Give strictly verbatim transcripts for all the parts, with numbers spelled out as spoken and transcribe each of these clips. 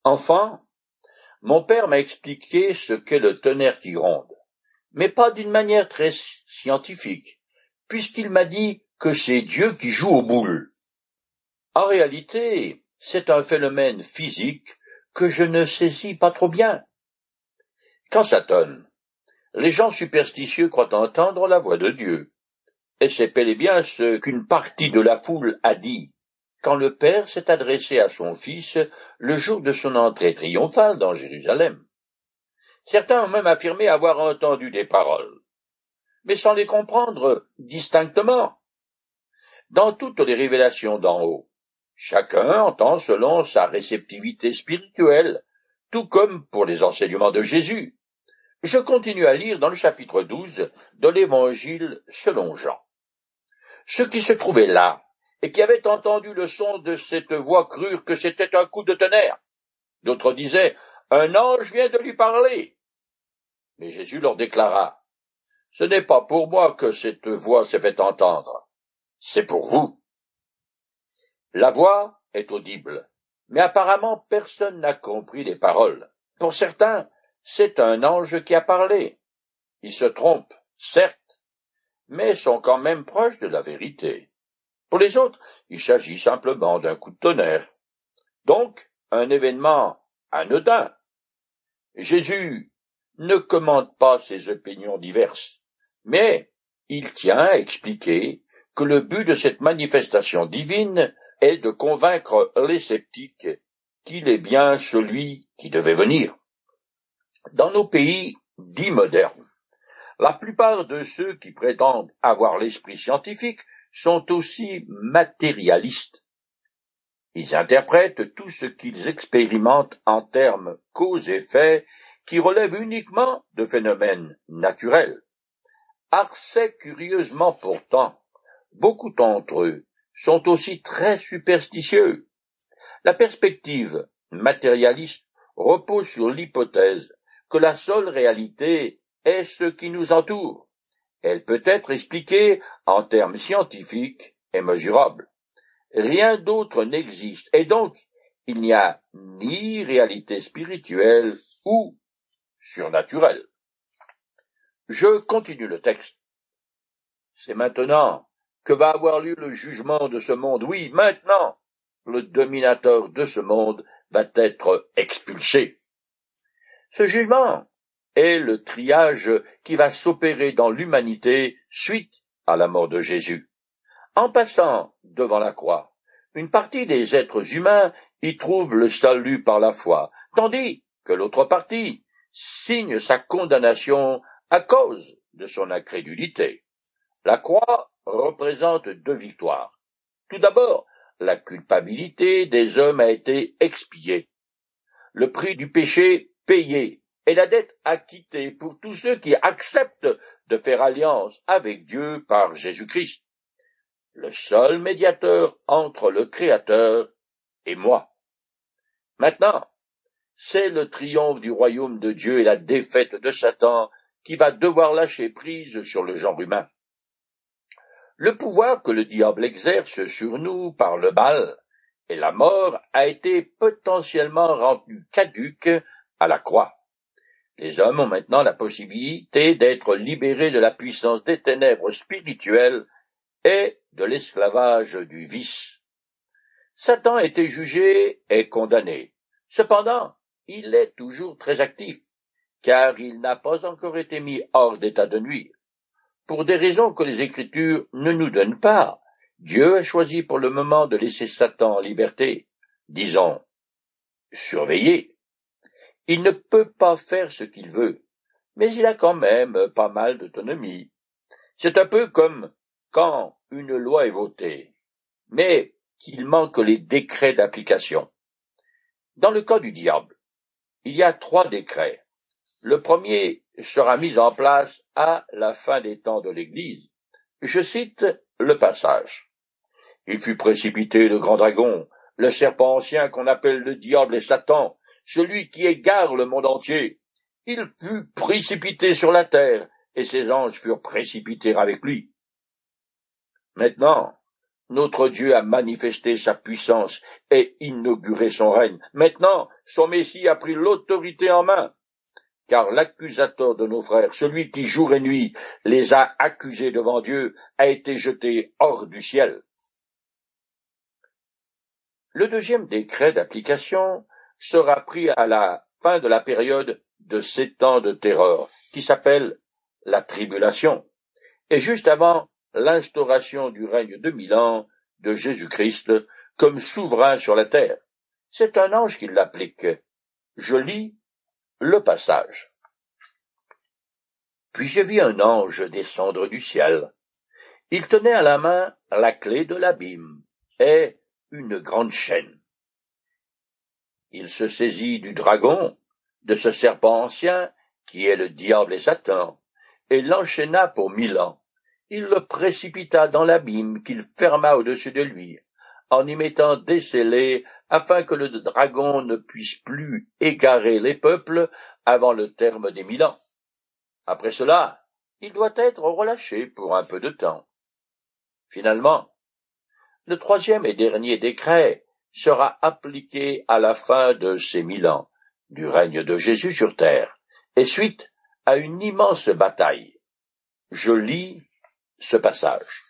Enfant, mon père m'a expliqué ce qu'est le tonnerre qui gronde, mais pas d'une manière très scientifique, puisqu'il m'a dit que c'est Dieu qui joue aux boules. En réalité, c'est un phénomène physique que je ne saisis pas trop bien. Quand ça tonne, les gens superstitieux croient entendre la voix de Dieu, et c'est bel et bien ce qu'une partie de la foule a dit quand le Père s'est adressé à son Fils le jour de son entrée triomphale dans Jérusalem. Certains ont même affirmé avoir entendu des paroles, mais sans les comprendre distinctement. Dans toutes les révélations d'en haut, chacun entend selon sa réceptivité spirituelle, tout comme pour les enseignements de Jésus. Je continue à lire dans le chapitre douze de l'Évangile selon Jean. Ceux qui se trouvaient là et qui avaient entendu le son de cette voix crurent que c'était un coup de tonnerre. D'autres disaient « Un ange vient de lui parler ». Mais Jésus leur déclara « Ce n'est pas pour moi que cette voix s'est fait entendre, c'est pour vous. » La voix est audible, mais apparemment personne n'a compris les paroles. Pour certains, c'est un ange qui a parlé. Ils se trompent, certes, mais sont quand même proches de la vérité. Pour les autres, il s'agit simplement d'un coup de tonnerre. Donc, un événement anodin. Jésus ne commente pas ces opinions diverses, mais il tient à expliquer que le but de cette manifestation divine est de convaincre les sceptiques qu'il est bien celui qui devait venir. Dans nos pays dits modernes, la plupart de ceux qui prétendent avoir l'esprit scientifique sont aussi matérialistes. Ils interprètent tout ce qu'ils expérimentent en termes cause-effet qui relèvent uniquement de phénomènes naturels. Assez curieusement pourtant, beaucoup d'entre eux sont aussi très superstitieux. La perspective matérialiste repose sur l'hypothèse que la seule réalité est ce qui nous entoure. Elle peut être expliquée en termes scientifiques et mesurables. Rien d'autre n'existe, et donc il n'y a ni réalité spirituelle ou surnaturelle. Je continue le texte. C'est maintenant que va avoir lieu le jugement de ce monde. Oui, maintenant, le dominateur de ce monde va être expulsé. Ce jugement est le triage qui va s'opérer dans l'humanité suite à la mort de Jésus. En passant devant la croix, une partie des êtres humains y trouve le salut par la foi, tandis que l'autre partie signe sa condamnation à cause de son incrédulité. La croix représente deux victoires. Tout d'abord, la culpabilité des hommes a été expiée, le prix du péché payé, et la dette acquittée pour tous ceux qui acceptent de faire alliance avec Dieu par Jésus-Christ, le seul médiateur entre le Créateur et moi. Maintenant, c'est le triomphe du royaume de Dieu et la défaite de Satan qui va devoir lâcher prise sur le genre humain. Le pouvoir que le diable exerce sur nous par le mal et la mort a été potentiellement rendu caduque à la croix. Les hommes ont maintenant la possibilité d'être libérés de la puissance des ténèbres spirituelles et de l'esclavage du vice. Satan a été jugé et condamné. Cependant, il est toujours très actif, car il n'a pas encore été mis hors d'état de nuire. Pour des raisons que les Écritures ne nous donnent pas, Dieu a choisi pour le moment de laisser Satan en liberté, disons, surveillé. Il ne peut pas faire ce qu'il veut, mais il a quand même pas mal d'autonomie. C'est un peu comme quand une loi est votée, mais qu'il manque les décrets d'application. Dans le cas du diable, il y a trois décrets. Le premier sera mis en place à la fin des temps de l'Église. Je cite le passage. « Il fut précipité le grand dragon, le serpent ancien qu'on appelle le diable et Satan, celui qui égare le monde entier. Il fut précipité sur la terre, et ses anges furent précipités avec lui. » Maintenant, Notre Dieu a manifesté sa puissance et inauguré son règne. Maintenant, son Messie a pris l'autorité en main, car l'accusateur de nos frères, celui qui jour et nuit les a accusés devant Dieu, a été jeté hors du ciel. Le deuxième décret d'application sera pris à la fin de la période de sept ans de terreur, qui s'appelle la tribulation, et juste avant l'instauration du règne de mille ans de Jésus-Christ comme souverain sur la terre. C'est un ange qui l'applique. Je lis le passage. Puis j'ai vu un ange descendre du ciel. Il tenait à la main la clé de l'abîme et une grande chaîne. Il se saisit du dragon, de ce serpent ancien, qui est le diable et Satan, et l'enchaîna pour mille ans. Il le précipita dans l'abîme qu'il ferma au-dessus de lui, en y mettant des scellés, afin que le dragon ne puisse plus égarer les peuples avant le terme des mille ans. Après cela, il doit être relâché pour un peu de temps. Finalement, le troisième et dernier décret sera appliqué à la fin de ces mille ans du règne de Jésus sur terre, et suite à une immense bataille. Je lis ce passage.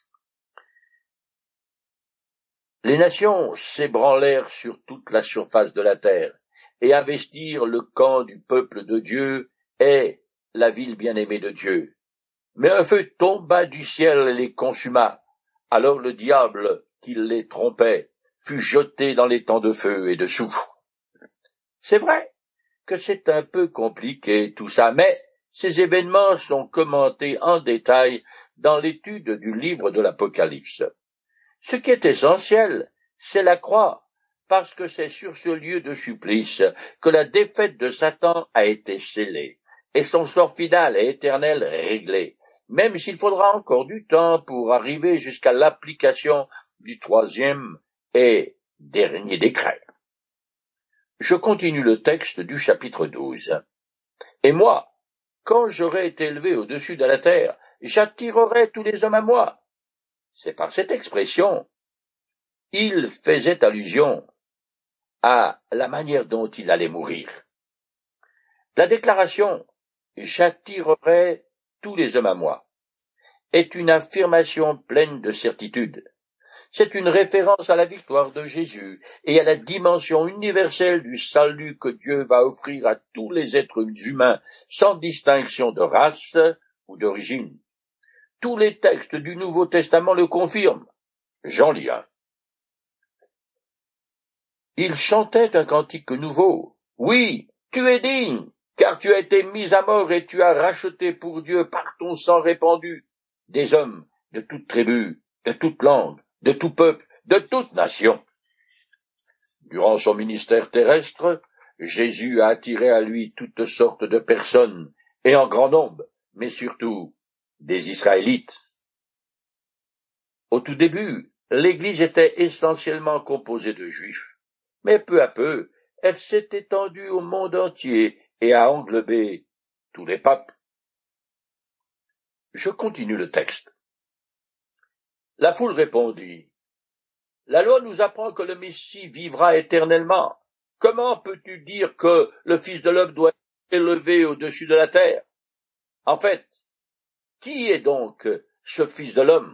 Les nations s'ébranlèrent sur toute la surface de la terre, et investirent le camp du peuple de Dieu et la ville bien-aimée de Dieu. Mais un feu tomba du ciel et les consuma. Alors le diable, qui les trompait, fut jeté dans les temps de feu et de soufre. C'est vrai que c'est un peu compliqué tout ça, mais ces événements sont commentés en détail dans l'étude du livre de l'Apocalypse. Ce qui est essentiel, c'est la croix, parce que c'est sur ce lieu de supplice que la défaite de Satan a été scellée, et son sort final et éternel réglé, même s'il faudra encore du temps pour arriver jusqu'à l'application du troisième et dernier décret. Je continue le texte du chapitre douze. Et moi, quand j'aurai été élevé au-dessus de la terre, j'attirerai tous les hommes à moi. C'est par cette expression, il faisait allusion à la manière dont il allait mourir. La déclaration « j'attirerai tous les hommes à moi » est une affirmation pleine de certitude. C'est une référence à la victoire de Jésus et à la dimension universelle du salut que Dieu va offrir à tous les êtres humains sans distinction de race ou d'origine. Tous les textes du Nouveau Testament le confirment. J'en lis un. Il chantait un cantique nouveau. Oui, tu es digne, car tu as été mis à mort et tu as racheté pour Dieu par ton sang répandu des hommes de toute tribu, de toute langue, de tout peuple, de toute nation. Durant son ministère terrestre, Jésus a attiré à lui toutes sortes de personnes, et en grand nombre, mais surtout des Israélites. Au tout début, l'Église était essentiellement composée de Juifs, mais peu à peu, elle s'est étendue au monde entier et a englobé tous les papes. Je continue le texte. La foule répondit, « La loi nous apprend que le Messie vivra éternellement. Comment peux-tu dire que le Fils de l'homme doit être élevé au-dessus de la terre? En fait, qui est donc ce Fils de l'homme »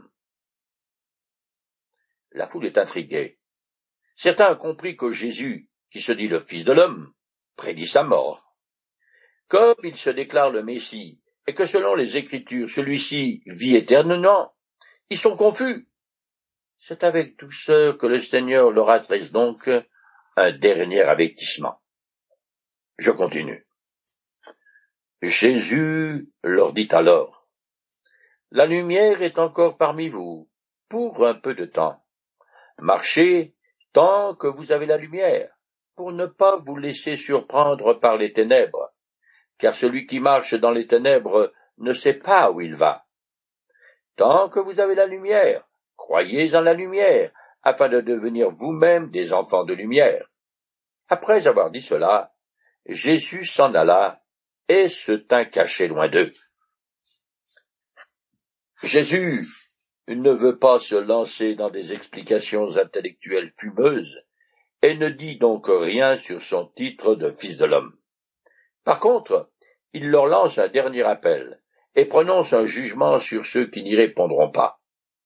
La foule est intriguée. Certains ont compris que Jésus, qui se dit le Fils de l'homme, prédit sa mort. Comme il se déclare le Messie, et que selon les Écritures, celui-ci vit éternellement, ils sont confus. C'est avec douceur que le Seigneur leur adresse donc un dernier avertissement. Je continue. Jésus leur dit alors, « La lumière est encore parmi vous, pour un peu de temps. Marchez tant que vous avez la lumière, pour ne pas vous laisser surprendre par les ténèbres, car celui qui marche dans les ténèbres ne sait pas où il va. Tant que vous avez la lumière, croyez en la lumière, afin de devenir vous-même des enfants de lumière. » Après avoir dit cela, Jésus s'en alla et se tint caché loin d'eux. Jésus ne veut pas se lancer dans des explications intellectuelles fumeuses et ne dit donc rien sur son titre de fils de l'homme. Par contre, il leur lance un dernier appel et prononce un jugement sur ceux qui n'y répondront pas.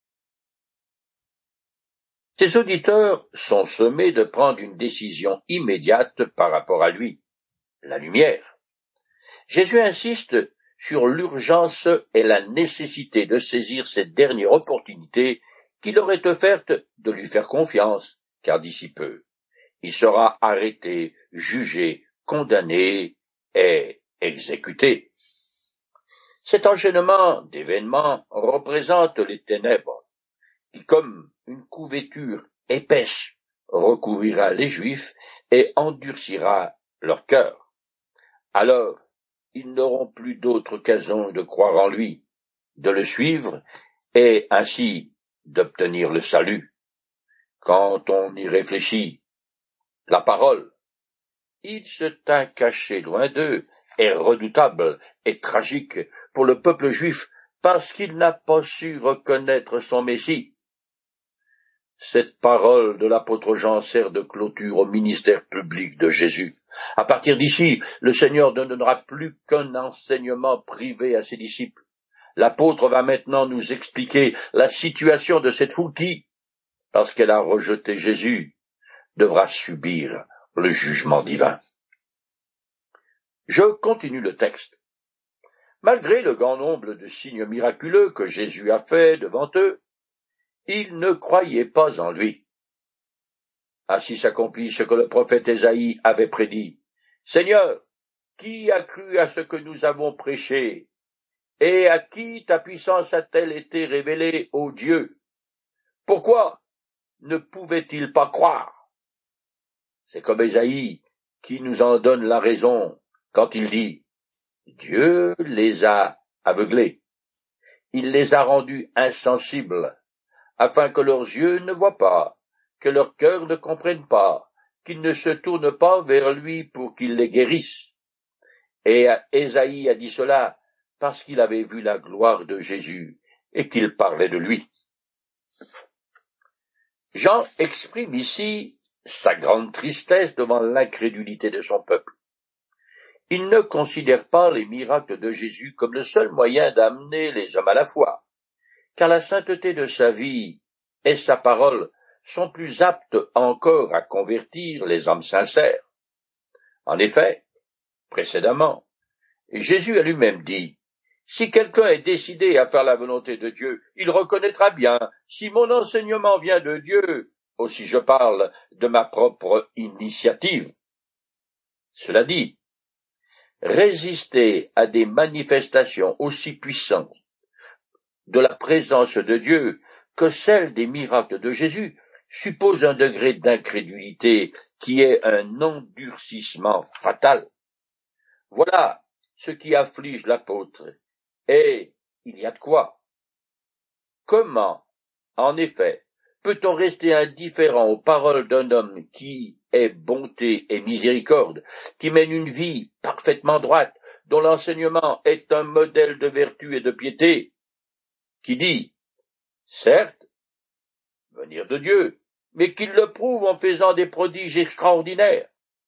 Ses auditeurs sont sommés de prendre une décision immédiate par rapport à lui, la lumière. Jésus insiste sur l'urgence et la nécessité de saisir cette dernière opportunité qui leur est offerte de lui faire confiance, car d'ici peu, il sera arrêté, jugé, condamné et exécuté. Cet enchaînement d'événements représente les ténèbres, qui, comme une couverture épaisse, recouvrira les Juifs et endurcira leur cœur. Alors, ils n'auront plus d'autre occasion de croire en lui, de le suivre et ainsi d'obtenir le salut. Quand on y réfléchit, la parole, il se tint caché loin d'eux, est redoutable et tragique pour le peuple juif parce qu'il n'a pas su reconnaître son Messie. Cette parole de l'apôtre Jean sert de clôture au ministère public de Jésus. À partir d'ici, le Seigneur ne donnera plus qu'un enseignement privé à ses disciples. L'apôtre va maintenant nous expliquer la situation de cette foule qui, parce qu'elle a rejeté Jésus, devra subir le jugement divin. Je continue le texte. Malgré le grand nombre de signes miraculeux que Jésus a faits devant eux, ils ne croyaient pas en lui. Ainsi s'accomplit ce que le prophète Ésaïe avait prédit. Seigneur, qui a cru à ce que nous avons prêché? Et à qui ta puissance a-t-elle été révélée, ô Dieu? Pourquoi ne pouvait-il pas croire? C'est comme Ésaïe qui nous en donne la raison quand il dit « Dieu les a aveuglés, il les a rendus insensibles, afin que leurs yeux ne voient pas, que leur cœur ne comprenne pas, qu'ils ne se tournent pas vers lui pour qu'il les guérisse. » Et Ésaïe a dit cela parce qu'il avait vu la gloire de Jésus et qu'il parlait de lui. Jean exprime ici sa grande tristesse devant l'incrédulité de son peuple. Il ne considère pas les miracles de Jésus comme le seul moyen d'amener les hommes à la foi, car la sainteté de sa vie et sa parole sont plus aptes encore à convertir les âmes sincères. En effet, précédemment, Jésus a lui-même dit « Si quelqu'un est décidé à faire la volonté de Dieu, il reconnaîtra bien, si mon enseignement vient de Dieu, aussi je parle de ma propre initiative. » Cela dit, résister à des manifestations aussi puissantes de la présence de Dieu que celles des miracles de Jésus suppose un degré d'incrédulité qui est un endurcissement fatal. Voilà ce qui afflige l'apôtre, et il y a de quoi. Comment, en effet, peut-on rester indifférent aux paroles d'un homme qui est bonté et miséricorde, qui mène une vie parfaitement droite, dont l'enseignement est un modèle de vertu et de piété, qui dit, certes, venir de Dieu, mais qu'il le prouve en faisant des prodiges extraordinaires.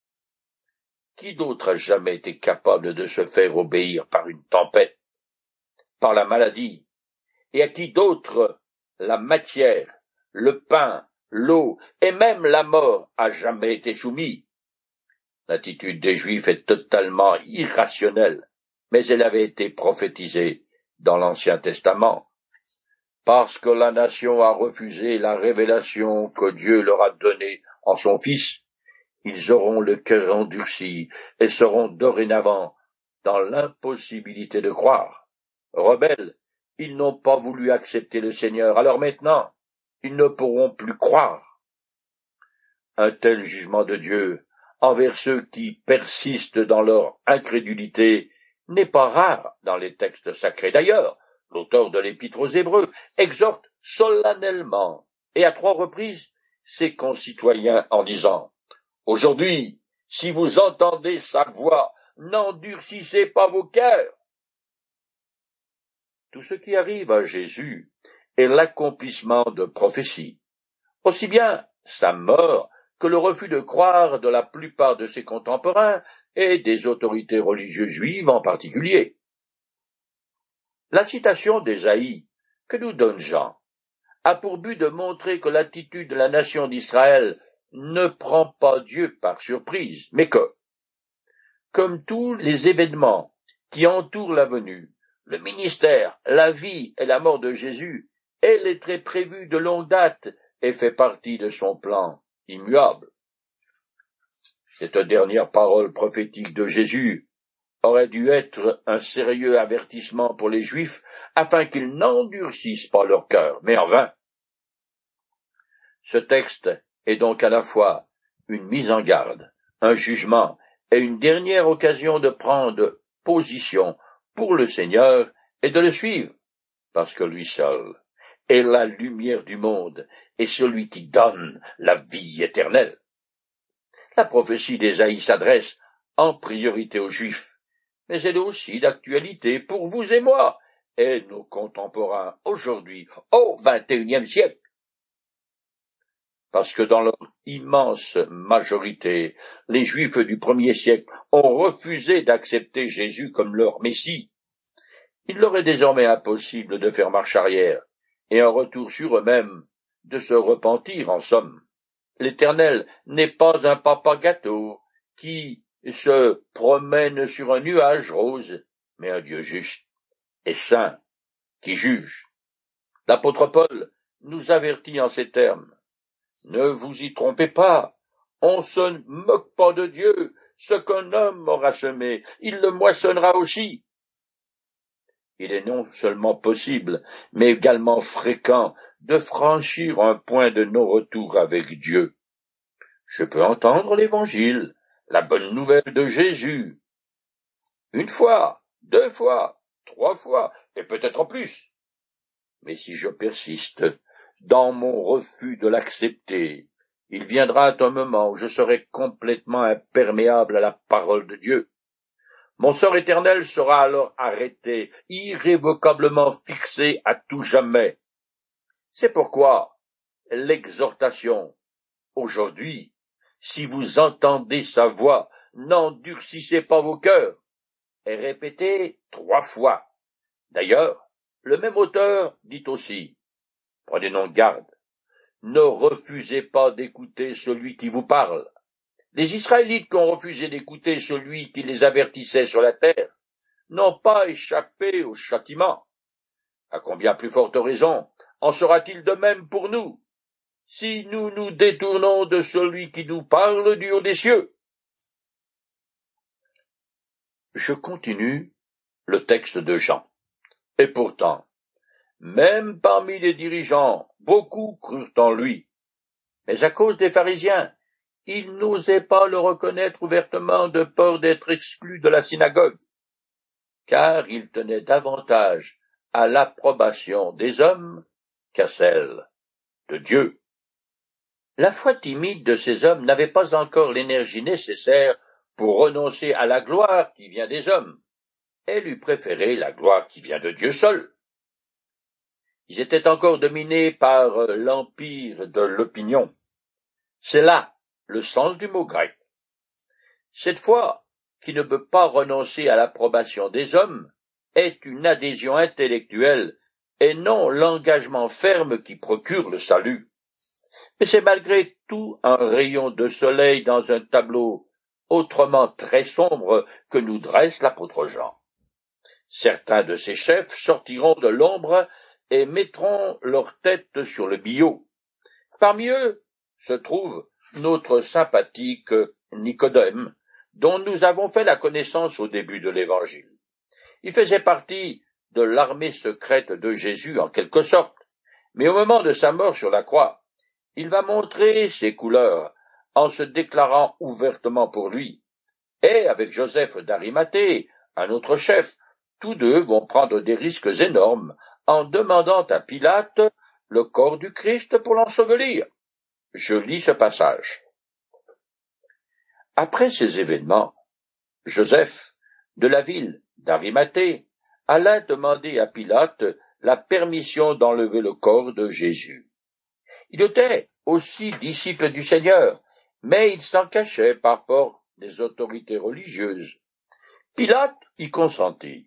Qui d'autre a jamais été capable de se faire obéir par une tempête, par la maladie, et à qui d'autre la matière, le pain, l'eau et même la mort a jamais été soumis? L'attitude des Juifs est totalement irrationnelle, mais elle avait été prophétisée dans l'Ancien Testament. Parce que la nation a refusé la révélation que Dieu leur a donnée en son Fils, ils auront le cœur endurci et seront dorénavant dans l'impossibilité de croire. Rebelles, ils n'ont pas voulu accepter le Seigneur, alors maintenant, ils ne pourront plus croire. Un tel jugement de Dieu envers ceux qui persistent dans leur incrédulité n'est pas rare dans les textes sacrés. D'ailleurs, l'auteur de l'Épître aux Hébreux exhorte solennellement et à trois reprises ses concitoyens en disant « Aujourd'hui, si vous entendez sa voix, n'endurcissez pas vos cœurs. » Tout ce qui arrive à Jésus est l'accomplissement de prophéties. Aussi bien sa mort que le refus de croire de la plupart de ses contemporains et des autorités religieuses juives en particulier. La citation d'Ésaïe que nous donne Jean a pour but de montrer que l'attitude de la nation d'Israël ne prend pas Dieu par surprise, mais que, comme tous les événements qui entourent la venue, le ministère, la vie et la mort de Jésus, elle est très prévue de longue date et fait partie de son plan immuable. Cette dernière parole prophétique de Jésus aurait dû être un sérieux avertissement pour les Juifs afin qu'ils n'endurcissent pas leur cœur, mais en vain. Ce texte est donc à la fois une mise en garde, un jugement et une dernière occasion de prendre position pour le Seigneur et de le suivre, parce que lui seul est la lumière du monde et celui qui donne la vie éternelle. La prophétie d'Ésaïe s'adresse en priorité aux Juifs, mais elle est aussi d'actualité pour vous et moi et nos contemporains aujourd'hui, au vingt et unième siècle. Parce que dans leur immense majorité, les Juifs du premier siècle ont refusé d'accepter Jésus comme leur Messie. Il leur est désormais impossible de faire marche arrière, et un retour sur eux-mêmes, de se repentir en somme. L'Éternel n'est pas un papa gâteau qui se promène sur un nuage rose, mais un Dieu juste et saint qui juge. L'apôtre Paul nous avertit en ces termes. Ne vous y trompez pas, on se moque pas de Dieu, ce qu'un homme aura semé, il le moissonnera aussi. Il est non seulement possible, mais également fréquent de franchir un point de non-retour avec Dieu. Je peux entendre l'Évangile, la bonne nouvelle de Jésus, une fois, deux fois, trois fois, et peut-être plus. Mais si je persiste dans mon refus de l'accepter, il viendra un moment où je serai complètement imperméable à la parole de Dieu. Mon sort éternel sera alors arrêté, irrévocablement fixé à tout jamais. C'est pourquoi l'exhortation, aujourd'hui, si vous entendez sa voix, n'endurcissez pas vos cœurs, est répétée trois fois. D'ailleurs, le même auteur dit aussi, prenez donc garde, ne refusez pas d'écouter celui qui vous parle. Les Israélites qui ont refusé d'écouter celui qui les avertissait sur la terre n'ont pas échappé au châtiment. À combien plus forte raison en sera-t-il de même pour nous, si nous nous détournons de celui qui nous parle du haut des cieux? Je continue le texte de Jean. Et pourtant, même parmi les dirigeants, beaucoup crurent en lui. Mais à cause des pharisiens, ils n'osaient pas le reconnaître ouvertement de peur d'être exclus de la synagogue, car ils tenaient davantage à l'approbation des hommes qu'à celle de Dieu. La foi timide de ces hommes n'avait pas encore l'énergie nécessaire pour renoncer à la gloire qui vient des hommes. Elle eût préféré la gloire qui vient de Dieu seul. Ils étaient encore dominés par l'empire de l'opinion. C'est là le sens du mot grec. Cette foi, qui ne peut pas renoncer à l'approbation des hommes, est une adhésion intellectuelle et non l'engagement ferme qui procure le salut. Mais c'est malgré tout un rayon de soleil dans un tableau autrement très sombre que nous dresse l'apôtre Jean. Certains de ces chefs sortiront de l'ombre et mettront leur tête sur le billot. Parmi eux se trouve notre sympathique Nicodème, dont nous avons fait la connaissance au début de l'Évangile. Il faisait partie de l'armée secrète de Jésus en quelque sorte, mais au moment de sa mort sur la croix, il va montrer ses couleurs en se déclarant ouvertement pour lui, et avec Joseph d'Arimathée, un autre chef, tous deux vont prendre des risques énormes en demandant à Pilate le corps du Christ pour l'ensevelir. Je lis ce passage. Après ces événements, Joseph, de la ville d'Arimathée, alla demander à Pilate la permission d'enlever le corps de Jésus. Il était aussi disciple du Seigneur, mais il s'en cachait par peur des autorités religieuses. Pilate y consentit.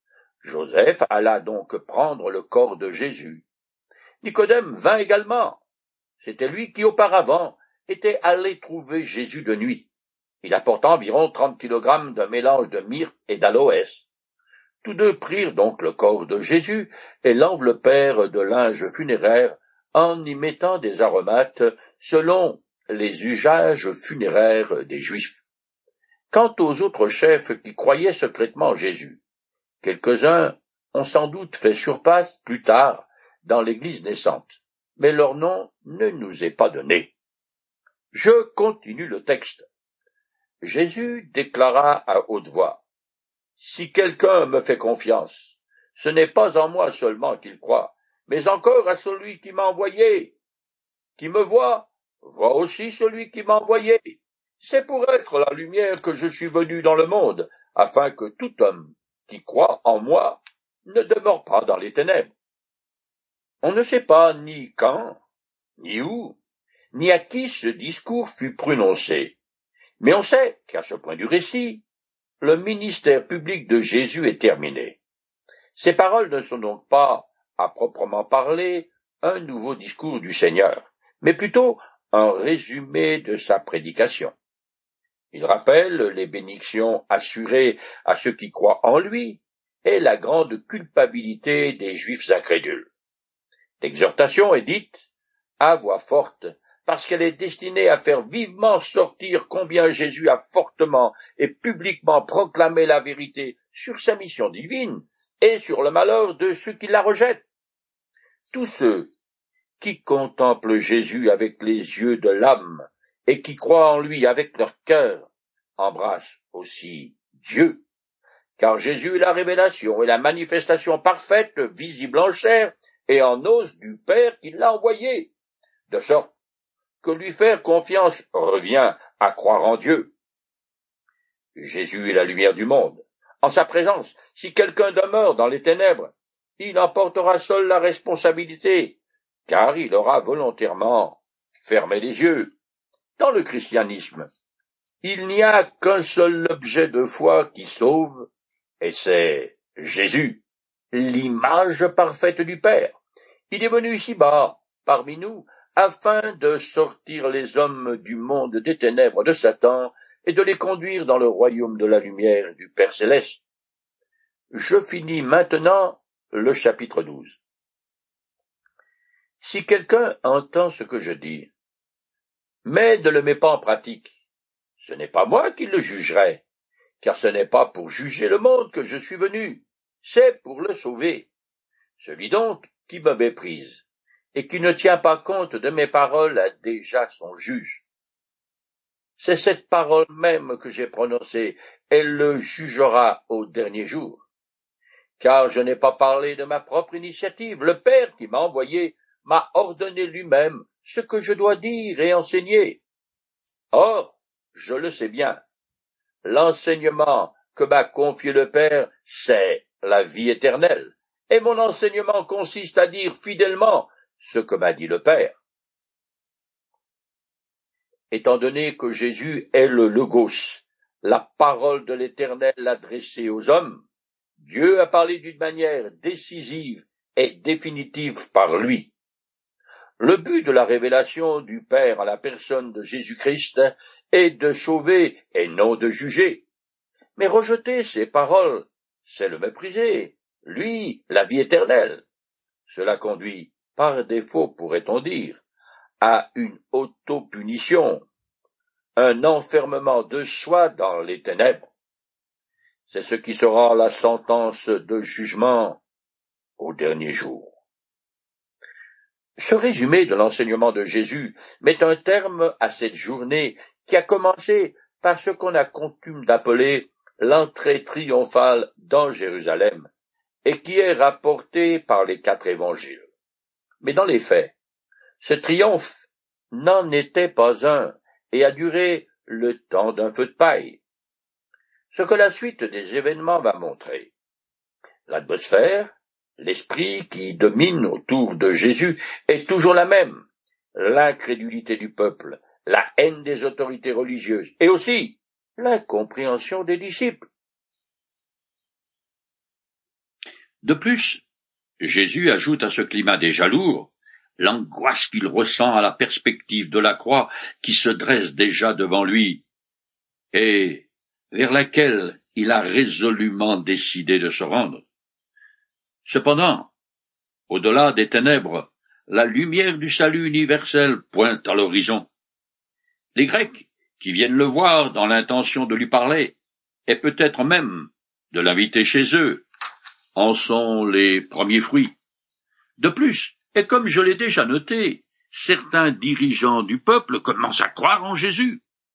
Joseph alla donc prendre le corps de Jésus. Nicodème vint également. C'était lui qui auparavant était allé trouver Jésus de nuit. Il apporta environ trente kilogrammes d'un mélange de myrrhe et d'aloès. Tous deux prirent donc le corps de Jésus et l'enveloppèrent de linge funéraire en y mettant des aromates selon les usages funéraires des Juifs. Quant aux autres chefs qui croyaient secrètement en Jésus, quelques-uns ont sans doute fait surface plus tard dans l'Église naissante, mais leur nom ne nous est pas donné. Je continue le texte. Jésus déclara à haute voix, « Si quelqu'un me fait confiance, ce n'est pas en moi seulement qu'il croit, mais encore à celui qui m'a envoyé. Qui me voit, voit aussi celui qui m'a envoyé. C'est pour être la lumière que je suis venu dans le monde, afin que tout homme qui croit en moi ne demeure pas dans les ténèbres. » On ne sait pas ni quand, ni où, ni à qui ce discours fut prononcé, mais on sait qu'à ce point du récit, le ministère public de Jésus est terminé. Ces paroles ne sont donc pas, à proprement parler, un nouveau discours du Seigneur, mais plutôt un résumé de sa prédication. Il rappelle les bénédictions assurées à ceux qui croient en lui et la grande culpabilité des Juifs incrédules. L'exhortation est dite à voix forte parce qu'elle est destinée à faire vivement sortir combien Jésus a fortement et publiquement proclamé la vérité sur sa mission divine et sur le malheur de ceux qui la rejettent. Tous ceux qui contemplent Jésus avec les yeux de l'âme et qui croient en lui avec leur cœur embrassent aussi Dieu, car Jésus est la révélation et la manifestation parfaite, visible en chair et en os du Père qui l'a envoyé, de sorte que lui faire confiance revient à croire en Dieu. Jésus est la lumière du monde. En sa présence, si quelqu'un demeure dans les ténèbres, il en portera seul la responsabilité, car il aura volontairement fermé les yeux. Dans le christianisme, il n'y a qu'un seul objet de foi qui sauve, et c'est Jésus, l'image parfaite du Père. Il est venu ici-bas, parmi nous, afin de sortir les hommes du monde des ténèbres de Satan et de les conduire dans le royaume de la lumière du Père céleste. Je finis maintenant le chapitre douze. Si quelqu'un entend ce que je dis, mais ne le met pas en pratique, ce n'est pas moi qui le jugerai, car ce n'est pas pour juger le monde que je suis venu, c'est pour le sauver. Celui donc qui me méprise et qui ne tient pas compte de mes paroles a déjà son juge. C'est cette parole même que j'ai prononcée, elle le jugera au dernier jour. Car je n'ai pas parlé de ma propre initiative, le Père qui m'a envoyé m'a ordonné lui-même ce que je dois dire et enseigner. Or, je le sais bien, l'enseignement que m'a confié le Père, c'est la vie éternelle, et mon enseignement consiste à dire fidèlement ce que m'a dit le Père. Étant donné que Jésus est le Logos, la parole de l'Éternel adressée aux hommes, Dieu a parlé d'une manière décisive et définitive par lui. Le but de la révélation du Père à la personne de Jésus-Christ est de sauver et non de juger. Mais rejeter ses paroles, c'est le mépriser, lui, la vie éternelle. Cela conduit, par défaut pourrait-on dire, à une autopunition, un enfermement de soi dans les ténèbres. C'est ce qui sera la sentence de jugement au dernier jour. Ce résumé de l'enseignement de Jésus met un terme à cette journée qui a commencé par ce qu'on a coutume d'appeler l'entrée triomphale dans Jérusalem et qui est rapportée par les quatre évangiles. Mais dans les faits, ce triomphe n'en était pas un et a duré le temps d'un feu de paille. Ce que la suite des événements va montrer. L'atmosphère L'esprit qui domine autour de Jésus est toujours la même, l'incrédulité du peuple, la haine des autorités religieuses et aussi l'incompréhension des disciples. De plus, Jésus ajoute à ce climat déjà lourd l'angoisse qu'il ressent à la perspective de la croix qui se dresse déjà devant lui et vers laquelle il a résolument décidé de se rendre. Cependant, au-delà des ténèbres, la lumière du salut universel pointe à l'horizon. Les Grecs, qui viennent le voir dans l'intention de lui parler, et peut-être même de l'inviter chez eux, en sont les premiers fruits. De plus, et comme je l'ai déjà noté, certains dirigeants du peuple commencent à croire en Jésus.